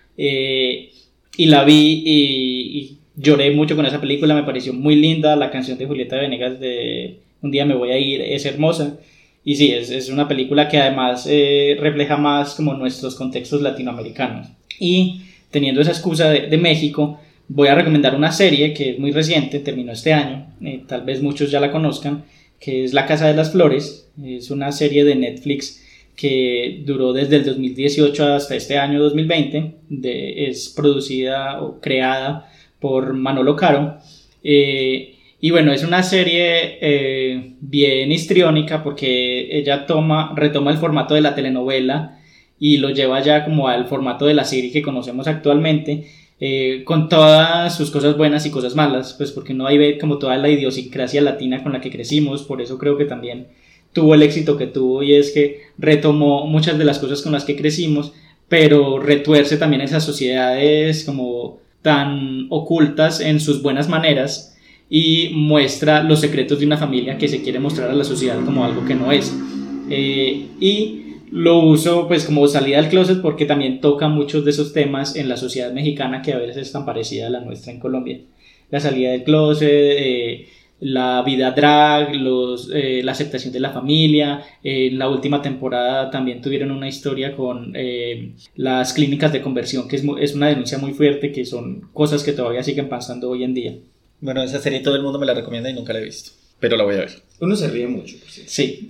y la vi y lloré mucho con esa película. Me pareció muy linda. La canción de Julieta Venegas de Un día me voy a ir es hermosa. Y sí, es una película que además refleja más como nuestros contextos latinoamericanos. Y teniendo esa excusa de México, voy a recomendar una serie que es muy reciente, terminó este año, tal vez muchos ya la conozcan, que es La Casa de las Flores. Es una serie de Netflix que duró desde el 2018 hasta este año 2020. Es producida o creada por Manolo Caro. Y bueno, es una serie bien histriónica porque ella retoma el formato de la telenovela y lo lleva ya como al formato de la serie que conocemos actualmente. con todas sus cosas buenas y cosas malas, pues porque no hay como toda la idiosincrasia latina con la que crecimos. Por eso creo que también tuvo el éxito que tuvo, y es que retomó muchas de las cosas con las que crecimos, pero retuerce también esas sociedades como tan ocultas en sus buenas maneras, y muestra los secretos de una familia que se quiere mostrar a la sociedad como algo que no es. Y lo uso pues como salida del closet porque también toca muchos de esos temas en la sociedad mexicana, que a veces es tan parecida a la nuestra en Colombia. La salida del closet, la vida drag, la aceptación de la familia. En la última temporada también tuvieron una historia con las clínicas de conversión, que es una denuncia muy fuerte, que son cosas que todavía siguen pasando hoy en día. Bueno, esa serie todo el mundo me la recomienda y nunca la he visto, pero la voy a ver. Uno se ríe mucho, por cierto. Sí.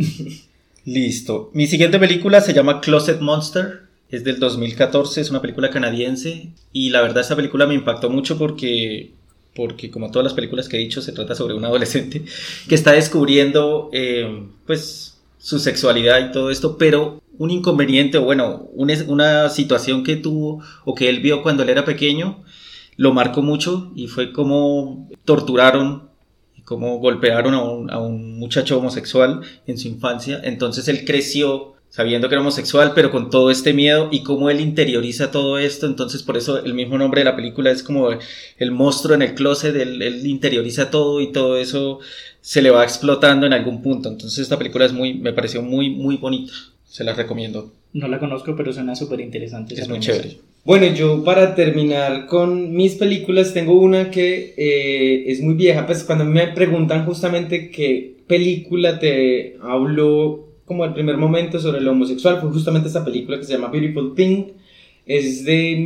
Listo. Mi siguiente película se llama Closet Monster. Es del 2014, es una película canadiense. Y la verdad esta película me impactó mucho porque como todas las películas que he dicho, se trata sobre un adolescente que está descubriendo pues su sexualidad y todo esto, pero un inconveniente, o bueno, una situación que tuvo o que él vio cuando él era pequeño lo marcó mucho, y fue como torturaron y como golpearon a un muchacho homosexual en su infancia. Entonces él creció sabiendo que era homosexual, pero con todo este miedo, y cómo él interioriza todo esto. Entonces por eso el mismo nombre de la película es como el monstruo en el closet. Él interioriza todo, y todo eso se le va explotando en algún punto. Entonces esta película me pareció muy, muy bonita, se la recomiendo. No la conozco, pero suena súper interesante. Es muy chévere. Bueno, yo para terminar con mis películas tengo una que es muy vieja. Pues cuando me preguntan justamente qué película te habló como el primer momento sobre lo homosexual, fue justamente esta película que se llama Beautiful Thing. Es de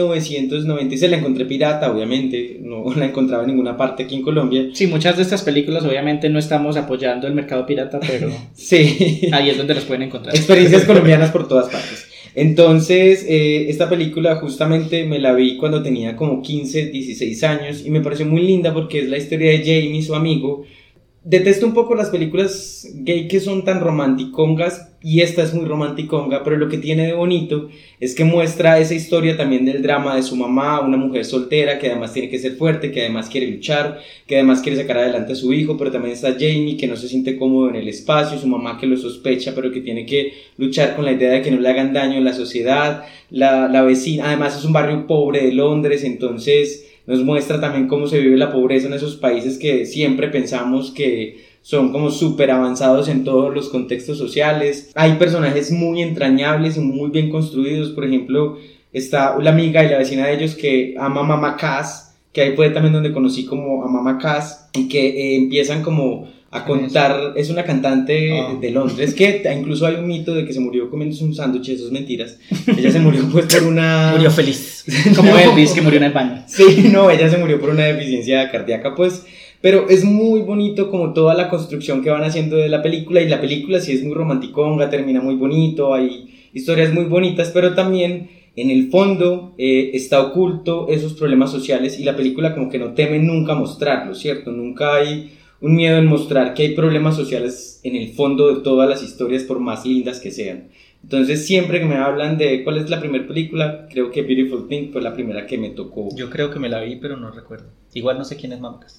1996, la encontré pirata, obviamente, no la encontraba en ninguna parte aquí en Colombia. Sí, muchas de estas películas obviamente no estamos apoyando el mercado pirata, pero sí, ahí es donde las pueden encontrar. Experiencias colombianas por todas partes. Entonces, esta película justamente me la vi cuando tenía como 15, 16 años, y me pareció muy linda porque es la historia de Jamie, su amigo. Detesto un poco las películas gay que son tan romanticongas, y esta es muy romanticonga, pero lo que tiene de bonito es que muestra esa historia también del drama de su mamá, una mujer soltera que además tiene que ser fuerte, que además quiere luchar, que además quiere sacar adelante a su hijo, pero también está Jamie, que no se siente cómodo en el espacio, su mamá que lo sospecha, pero que tiene que luchar con la idea de que no le hagan daño en la sociedad, la vecina, además es un barrio pobre de Londres, entonces nos muestra también cómo se vive la pobreza en esos países que siempre pensamos que son como súper avanzados en todos los contextos sociales. Hay personajes muy entrañables y muy bien construidos. Por ejemplo, está la amiga y la vecina de ellos que ama Mama Cass, que ahí fue también donde conocí como a Mama Cass, y que empiezan como a contar, es una cantante de Londres, que incluso hay un mito de que se murió comiéndose un sándwich, eso es mentiras. Ella se murió pues por una... Murió feliz. Como Elvis, que murió en el baño. Sí, no, ella se murió por una deficiencia cardíaca, pues. Pero es muy bonito como toda la construcción que van haciendo de la película, y la película sí es muy romanticonga, termina muy bonito, hay historias muy bonitas, pero también en el fondo está oculto esos problemas sociales, y la película como que no teme nunca mostrarlo, ¿cierto? Nunca hay un miedo en mostrar que hay problemas sociales en el fondo de todas las historias, por más lindas que sean. Entonces siempre que me hablan de cuál es la primera película, creo que Beautiful Thing fue la primera que me tocó. Yo creo que me la vi, pero no recuerdo. Igual no sé quién es Mama Cass.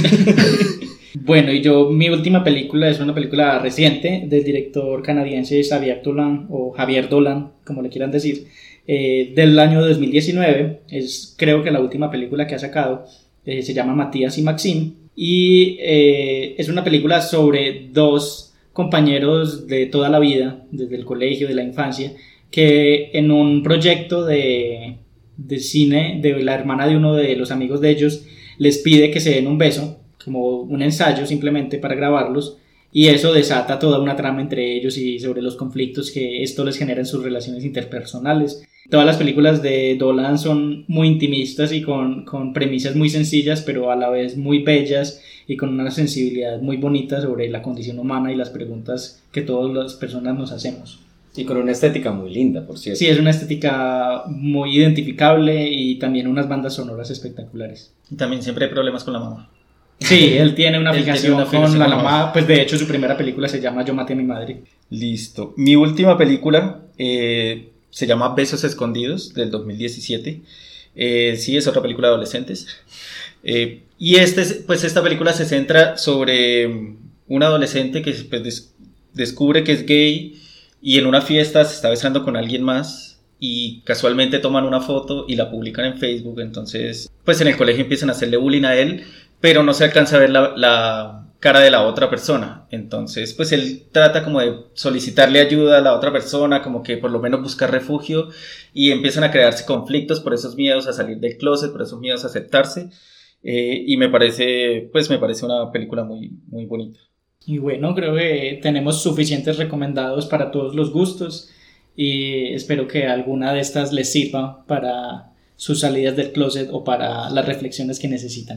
Bueno, y mi última película es una película reciente del director canadiense Xavier Dolan, o Javier Dolan, como le quieran decir, del año 2019. Es creo que la última película que ha sacado. Se llama Matías y Maxime, y es una película sobre dos compañeros de toda la vida, desde el colegio, de la infancia, que en un proyecto de cine de la hermana de uno de los amigos de ellos les pide que se den un beso, como un ensayo simplemente para grabarlos, y eso desata toda una trama entre ellos y sobre los conflictos que esto les genera en sus relaciones interpersonales. Todas las películas de Dolan son muy intimistas y con premisas muy sencillas, pero a la vez muy bellas y con una sensibilidad muy bonita sobre la condición humana y las preguntas que todas las personas nos hacemos. Y con una estética muy linda, por cierto. Sí, es una estética muy identificable y también unas bandas sonoras espectaculares. Y también siempre hay problemas con la mamá. Sí, él tiene una fijación con la mamá, pues de hecho su primera película se llama Yo maté a mi madre. Listo. Mi última película se llama Besos Escondidos, del 2017. Sí, es otra película de adolescentes. Y esta película se centra sobre un adolescente que pues, descubre que es gay y en una fiesta se está besando con alguien más y casualmente toman una foto y la publican en Facebook. Entonces, pues en el colegio empiezan a hacerle bullying a él, pero no se alcanza a ver la cara de la otra persona. Entonces, pues él trata como de solicitarle ayuda a la otra persona, como que por lo menos buscar refugio, y empiezan a crearse conflictos por esos miedos a salir del closet, por esos miedos a aceptarse. Y me parece una película muy, muy bonita. Y bueno, creo que tenemos suficientes recomendados para todos los gustos y espero que alguna de estas les sirva para sus salidas del closet o para las reflexiones que necesitan.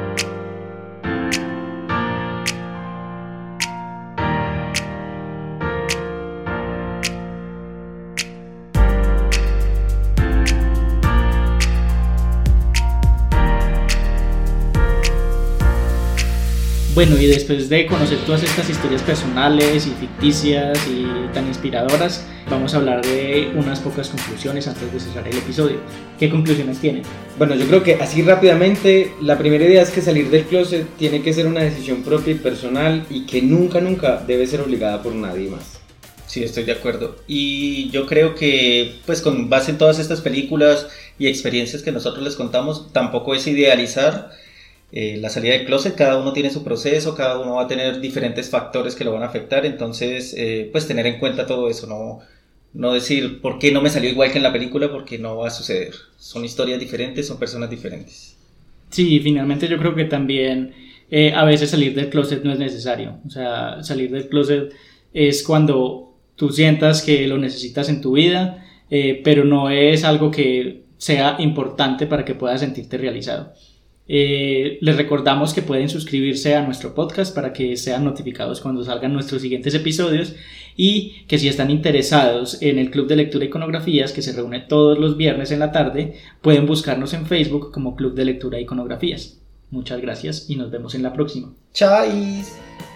Bueno, y después de conocer todas estas historias personales y ficticias y tan inspiradoras, vamos a hablar de unas pocas conclusiones antes de cerrar el episodio. ¿Qué conclusiones tienen? Bueno, yo creo que así rápidamente, la primera idea es que salir del closet tiene que ser una decisión propia y personal y que nunca debe ser obligada por nadie más. Sí, estoy de acuerdo. Y yo creo que, pues con base en todas estas películas y experiencias que nosotros les contamos, tampoco es idealizar la salida del closet. Cada uno tiene su proceso, cada uno va a tener diferentes factores que lo van a afectar, entonces pues tener en cuenta todo eso, no decir por qué no me salió igual que en la película, porque no va a suceder. Son historias diferentes, son personas diferentes. Sí, finalmente yo creo que también a veces salir del closet no es necesario. O sea, salir del closet es cuando tú sientas que lo necesitas en tu vida, pero no es algo que sea importante para que puedas sentirte realizado. Les recordamos que pueden suscribirse a nuestro podcast para que sean notificados cuando salgan nuestros siguientes episodios, y que si están interesados en el Club de Lectura Iconografías, que se reúne todos los viernes en la tarde, pueden buscarnos en Facebook como Club de Lectura Iconografías. Muchas gracias y nos vemos en la próxima. ¡Chais!